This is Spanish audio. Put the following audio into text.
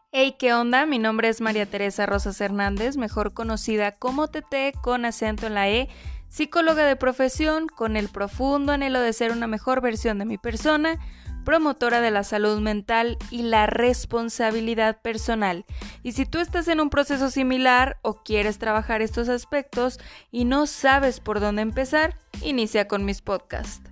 Hey, ¿qué onda? Mi nombre es María Teresa Rosas Hernández, mejor conocida como Tete con acento en la E, psicóloga de profesión con el profundo anhelo de ser una mejor versión de mi persona, promotora de la salud mental y la responsabilidad personal. Y si tú estás en un proceso similar o quieres trabajar estos aspectos y no sabes por dónde empezar, inicia con mis podcasts.